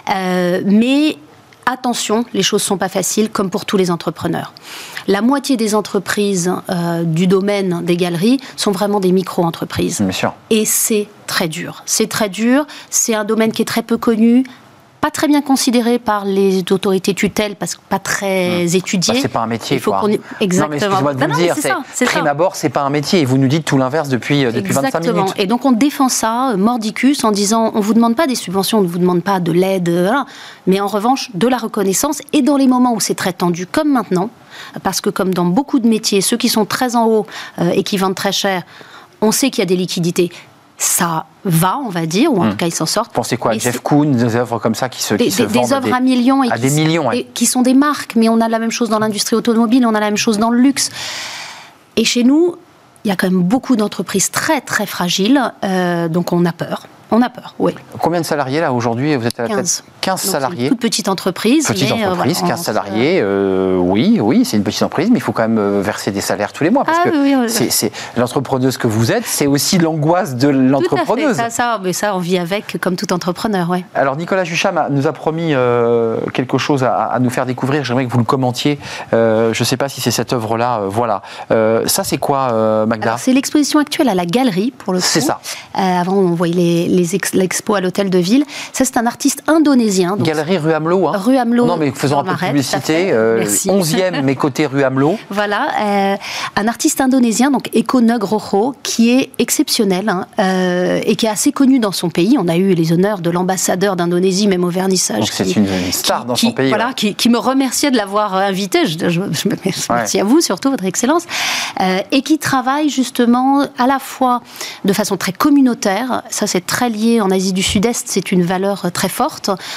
Mais attention, les choses ne sont pas faciles, comme pour tous les entrepreneurs. La moitié des entreprises du domaine des galeries sont vraiment des micro-entreprises. Bien sûr. Et c'est très dur. C'est très dur. C'est un domaine qui est très peu connu, pas très bien considéré par les autorités tutelles, parce que pas très étudié. C'est pas un métier, quoi. Exactement. Non, mais excusez-moi de vous le dire, prime abord, c'est pas un métier. Et vous nous dites tout l'inverse depuis 25 minutes. Et donc on défend ça, mordicus, en disant, on vous demande pas des subventions, on ne vous demande pas de l'aide, mais en revanche, de la reconnaissance. Et dans les moments où c'est très tendu, comme maintenant, parce que comme dans beaucoup de métiers, ceux qui sont très en haut et qui vendent très cher, on sait qu'il y a des liquidités. Ça va, on va dire, ou en tout cas ils s'en sortent. Vous pensez quoi, Jeff Koons, des œuvres comme ça qui se vendent des œuvres à millions et des millions, et qui sont des marques, mais on a la même chose dans l'industrie automobile, on a la même chose dans le luxe. Et chez nous, il y a quand même beaucoup d'entreprises très très fragiles, donc on a peur. On a peur, oui. Combien de salariés là aujourd'hui ? Vous êtes à la tête 15 salariés. Une toute petite entreprise. 15 salariés, oui, c'est une petite entreprise, mais il faut quand même verser des salaires tous les mois. Parce que c'est l'entrepreneuse que vous êtes, c'est aussi l'angoisse de l'entrepreneuse. Tout à fait, mais ça, on vit avec comme tout entrepreneur, oui. Alors Nicolas Jucham nous a promis quelque chose à nous faire découvrir. J'aimerais que vous le commentiez. Je ne sais pas si c'est cette œuvre-là. Voilà. Ça, c'est quoi, Magda ? Alors, c'est l'exposition actuelle à la galerie, pour le coup. C'est ça. Avant, on voyait l'expo à l'hôtel de ville. Ça, c'est un artiste indonésien. Donc, Galerie rue Amelot. Rue Amelot. Non, mais faisons un peu de publicité. 11e, mais côté rue Amelot. Voilà. Un artiste indonésien, donc Eko Nugroho, qui est exceptionnel et qui est assez connu dans son pays. On a eu les honneurs de l'ambassadeur d'Indonésie, même au vernissage. Donc, c'est une star dans son pays. Voilà, qui me remerciait de l'avoir invité. Je merci à vous, surtout, votre Excellence. Et qui travaille justement à la fois de façon très communautaire. Ça, c'est très lié en Asie du Sud-Est, c'est une valeur très forte.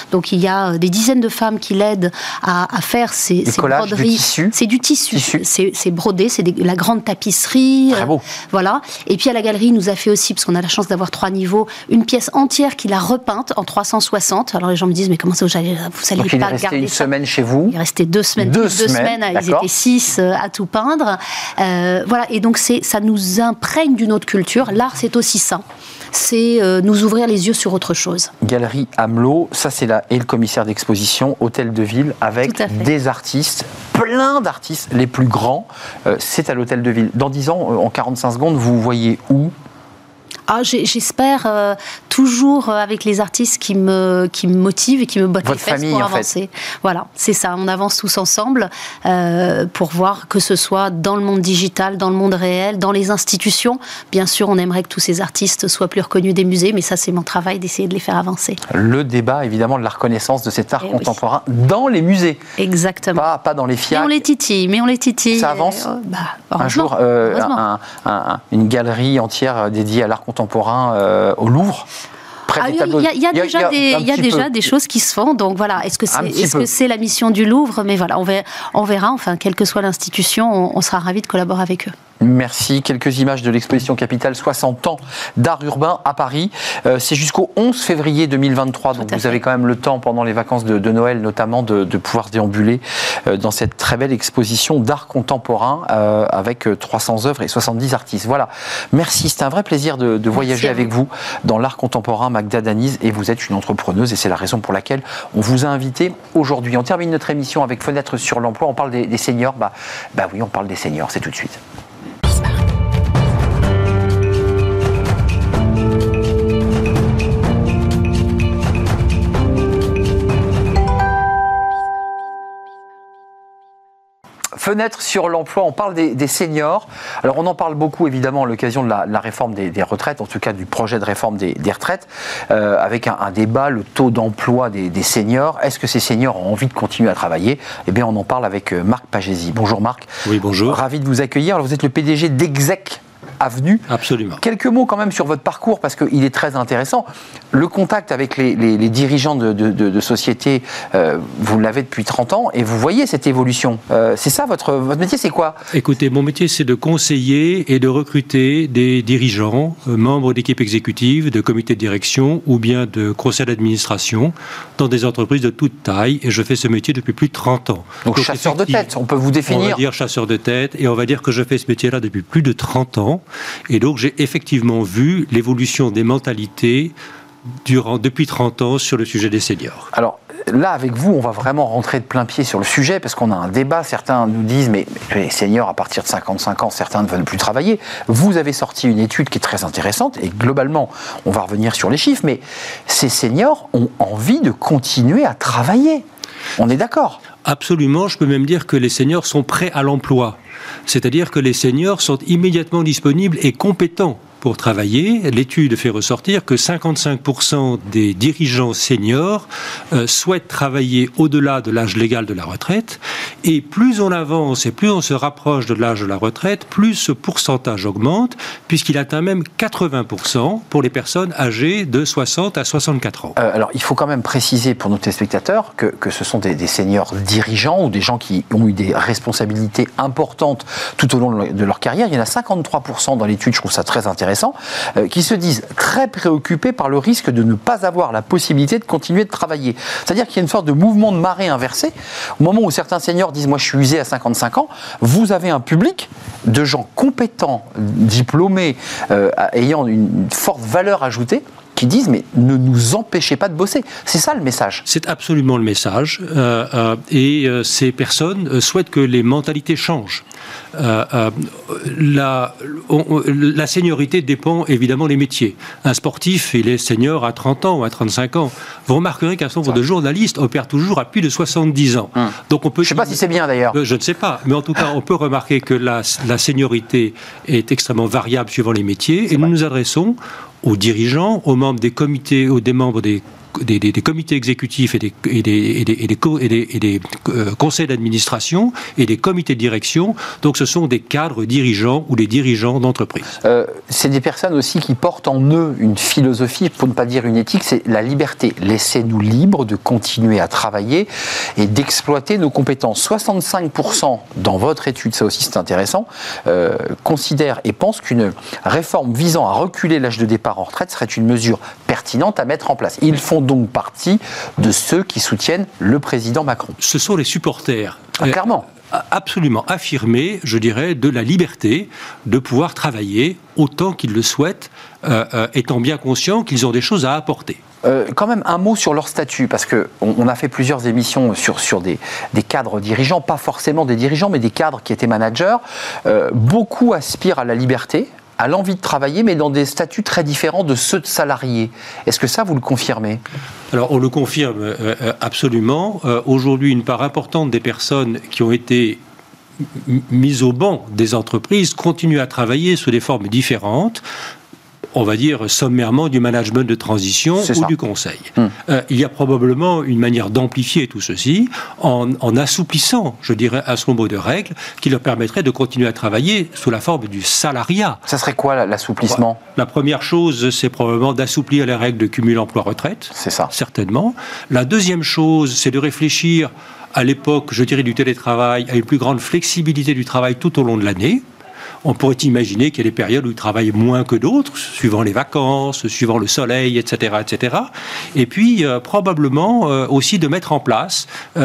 Donc il y a des dizaines de femmes qui l'aident à faire ces broderies. C'est du tissu. C'est brodé, c'est la grande tapisserie. Très beau. Voilà. Et puis à la galerie, il nous a fait aussi, parce qu'on a la chance d'avoir 3 niveaux, une pièce entière qu'il a repeinte en 360. Alors les gens me disent, mais comment ça, vous allez pas garder ça? Donc il est resté une semaine chez vous. Il est resté 2 semaines. 2 semaines. Ils étaient 6 à tout peindre. Voilà. Et donc ça nous imprègne d'une autre culture. L'art, c'est aussi ça. C'est nous ouvrir les yeux sur autre chose. Galerie Amelot, ça c'est là, et le commissaire d'exposition, hôtel de ville, avec des artistes, plein d'artistes, les plus grands, c'est à l'hôtel de ville. Dans 10 ans, en 45 secondes, vous voyez où ? J'espère toujours avec les artistes qui me motivent et qui me bottent les fesses pour avancer. Voilà, c'est ça. On avance tous ensemble pour voir que ce soit dans le monde digital, dans le monde réel, dans les institutions. Bien sûr, on aimerait que tous ces artistes soient plus reconnus des musées, mais ça, c'est mon travail d'essayer de les faire avancer. Le débat, évidemment, de la reconnaissance de cet art contemporain dans les musées. Exactement. Pas dans les FIAC. Mais on les titille. Ça avance. Un jour, une galerie entière dédiée à l'art contemporain au Louvre. Il y a déjà des choses qui se font, donc voilà. Est-ce que c'est la mission du Louvre? Mais voilà, on verra. Enfin, quelle que soit l'institution, on sera ravis de collaborer avec eux. Merci. Quelques images de l'exposition Capitale 60 ans d'art urbain à Paris. C'est jusqu'au 11 février 2023, donc vous avez quand même le temps pendant les vacances de Noël notamment de pouvoir déambuler dans cette très belle exposition d'art contemporain avec 300 œuvres et 70 artistes. Voilà. Merci. C'est un vrai plaisir de voyager avec vous dans l'art contemporain, Magda Daniz, et vous êtes une entrepreneuse et c'est la raison pour laquelle on vous a invité aujourd'hui. On termine notre émission avec Fenêtre sur l'emploi. On parle des seniors. Bah oui, on parle des seniors. C'est tout de suite. Fenêtre sur l'emploi, on parle des seniors. Alors on en parle beaucoup évidemment à l'occasion de la réforme des retraites, en tout cas du projet de réforme des retraites, avec un débat, le taux d'emploi des seniors. Est-ce que ces seniors ont envie de continuer à travailler? Eh bien on en parle avec Marc Pagési. Bonjour Marc. Oui, bonjour. Ravi de vous accueillir. Alors, vous êtes le PDG d'Exec Avenue. Absolument. Quelques mots quand même sur votre parcours, parce qu'il est très intéressant. Le contact avec les dirigeants de sociétés, vous l'avez depuis 30 ans, et vous voyez cette évolution. C'est ça, votre métier, c'est quoi? Écoutez, mon métier, c'est de conseiller et de recruter des dirigeants, membres d'équipes exécutives, de comités de direction, ou bien de conseils d'administration, dans des entreprises de toute taille, et je fais ce métier depuis plus de 30 ans. Donc chasseur de tête, on peut vous définir? On va dire chasseur de tête, et on va dire que je fais ce métier-là depuis plus de 30 ans. Et donc, j'ai effectivement vu l'évolution des mentalités depuis 30 ans sur le sujet des seniors. Alors, là, avec vous, on va vraiment rentrer de plein pied sur le sujet, parce qu'on a un débat. Certains nous disent, mais les seniors, à partir de 55 ans, certains ne veulent plus travailler. Vous avez sorti une étude qui est très intéressante, et globalement, on va revenir sur les chiffres, mais ces seniors ont envie de continuer à travailler. On est d'accord? Absolument, je peux même dire que les seniors sont prêts à l'emploi. C'est-à-dire que les seniors sont immédiatement disponibles et compétents pour travailler. L'étude fait ressortir que 55% des dirigeants seniors souhaitent travailler au-delà de l'âge légal de la retraite. Et plus on avance et plus on se rapproche de l'âge de la retraite, plus ce pourcentage augmente, puisqu'il atteint même 80% pour les personnes âgées de 60 à 64 ans. Alors, il faut quand même préciser pour nos téléspectateurs que ce sont des seniors dirigeants ou des gens qui ont eu des responsabilités importantes tout au long de leur carrière. Il y en a 53% dans l'étude, je trouve ça très intéressant, qui se disent très préoccupés par le risque de ne pas avoir la possibilité de continuer de travailler. C'est-à-dire qu'il y a une sorte de mouvement de marée inversé. Au moment où certains seniors disent « moi je suis usé à 55 ans », vous avez un public de gens compétents, diplômés, ayant une forte valeur ajoutée, qui disent, mais ne nous empêchez pas de bosser. C'est ça le message. C'est absolument le message. Ces personnes souhaitent que les mentalités changent. La seniorité dépend évidemment des métiers. Un sportif, il est senior à 30 ans ou à 35 ans. Vous remarquerez qu'un certain nombre de journalistes opèrent toujours à plus de 70 ans. Donc on peut, je ne sais pas si c'est bien d'ailleurs. Je ne sais pas, mais en tout cas, on peut remarquer que la seniorité est extrêmement variable suivant les métiers. Et nous nous adressons aux dirigeants, aux membres des comités, aux des membres des comités exécutifs et des conseils d'administration et des comités de direction. Donc ce sont des cadres dirigeants ou des dirigeants d'entreprise. C'est des personnes aussi qui portent en eux une philosophie, pour ne pas dire une éthique, c'est la liberté. Laissez-nous libres de continuer à travailler et d'exploiter nos compétences. 65% dans votre étude, ça aussi c'est intéressant, considèrent et pensent qu'une réforme visant à reculer l'âge de départ en retraite serait une mesure pertinente à mettre en place. Ils font donc partie de ceux qui soutiennent le président Macron. Ce sont les supporters. Clairement. Absolument affirmés, je dirais, de la liberté de pouvoir travailler autant qu'ils le souhaitent, étant bien conscients qu'ils ont des choses à apporter. Quand même un mot sur leur statut, parce qu'on a fait plusieurs émissions sur des cadres dirigeants, pas forcément des dirigeants, mais des cadres qui étaient managers. Beaucoup aspirent à la liberté, à l'envie de travailler, mais dans des statuts très différents de ceux de salariés. Est-ce que ça, vous le confirmez ? Alors, on le confirme absolument. Aujourd'hui, une part importante des personnes qui ont été mises au banc des entreprises continuent à travailler sous des formes différentes. On va dire sommairement du management de transition ou du conseil. Il y a probablement une manière d'amplifier tout ceci en assouplissant, je dirais, un certain nombre de règles qui leur permettraient de continuer à travailler sous la forme du salariat. Ça serait quoi l'assouplissement ? La première chose, c'est probablement d'assouplir les règles de cumul emploi-retraite. C'est ça. Certainement. La deuxième chose, c'est de réfléchir à l'époque, je dirais, du télétravail, à une plus grande flexibilité du travail tout au long de l'année. On pourrait imaginer qu'il y a des périodes où ils travaillent moins que d'autres, suivant les vacances, suivant le soleil, etc., etc. Et puis, probablement aussi de mettre en place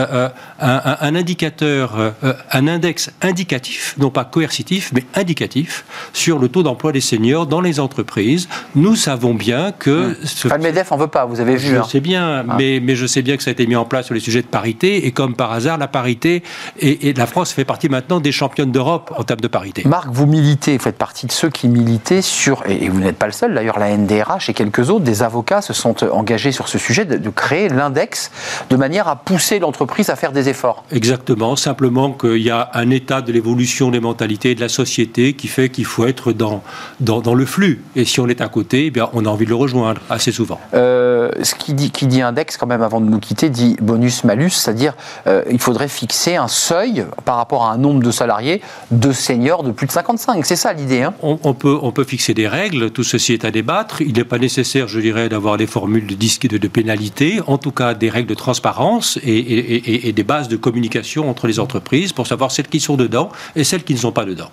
un indicateur, un index indicatif, non pas coercitif, mais indicatif, sur le taux d'emploi des seniors dans les entreprises. Nous savons bien que... Le MEDEF en veut pas, vous avez vu. Je sais bien, mais je sais bien que ça a été mis en place sur les sujets de parité, et comme par hasard, la parité, et la France fait partie maintenant des championnes d'Europe en termes de parité. Marc, vous militez, vous faites partie de ceux qui militaient sur, et vous n'êtes pas le seul, d'ailleurs la NDRH et quelques autres, des avocats se sont engagés sur ce sujet de créer l'index de manière à pousser l'entreprise à faire des efforts. Exactement, simplement qu'il y a un état de l'évolution des mentalités et de la société qui fait qu'il faut être dans le flux. Et si on est à côté, eh bien, on a envie de le rejoindre assez souvent. Ce qui dit index, quand même, avant de nous quitter, dit bonus-malus, c'est-à-dire il faudrait fixer un seuil par rapport à un nombre de salariés, de seniors de plus de 55. C'est ça l'idée. Hein. On peut fixer des règles, tout ceci est à débattre. Il n'est pas nécessaire, je dirais, d'avoir des formules de pénalité, en tout cas des règles de transparence et des bases de communication entre les entreprises pour savoir celles qui sont dedans et celles qui ne sont pas dedans.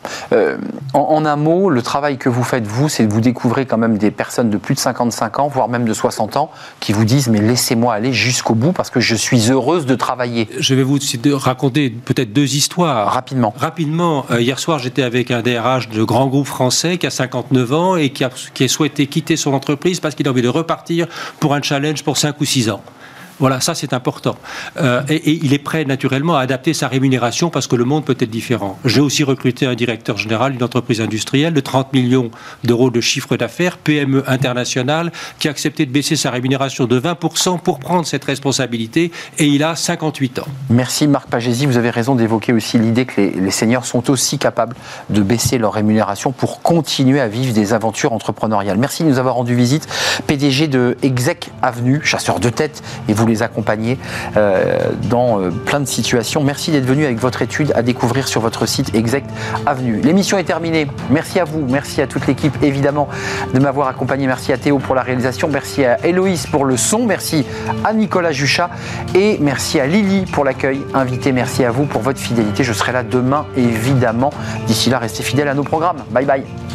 En un mot, le travail que vous faites, vous, c'est que vous découvrez quand même des personnes de plus de 55 ans, voire même de 60 ans, qui vous disent « mais laissez-moi aller jusqu'au bout parce que je suis heureuse de travailler ». Je vais vous raconter peut-être deux histoires. Rapidement. Hier soir, j'étais avec un DRH de grand groupe français qui a 59 ans et qui a souhaité quitter son entreprise parce qu'il a envie de repartir pour un challenge pour 5 ou 6 ans. Voilà, ça c'est important. Et il est prêt naturellement à adapter sa rémunération parce que le monde peut être différent. J'ai aussi recruté un directeur général d'une entreprise industrielle de 30 millions d'euros de chiffre d'affaires, PME internationale, qui a accepté de baisser sa rémunération de 20% pour prendre cette responsabilité et il a 58 ans. Merci Marc Pagesi, vous avez raison d'évoquer aussi l'idée que les seniors sont aussi capables de baisser leur rémunération pour continuer à vivre des aventures entrepreneuriales. Merci de nous avoir rendu visite. PDG de Exec Avenue, chasseur de tête, et vous les accompagner dans plein de situations. Merci d'être venu avec votre étude à découvrir sur votre site Exec Avenue. L'émission est terminée. Merci à vous, merci à toute l'équipe évidemment de m'avoir accompagné. Merci à Théo pour la réalisation, merci à Héloïse pour le son, merci à Nicolas Juchat et merci à Lily pour l'accueil invité. Merci à vous pour votre fidélité. Je serai là demain évidemment. D'ici là, restez fidèles à nos programmes. Bye bye.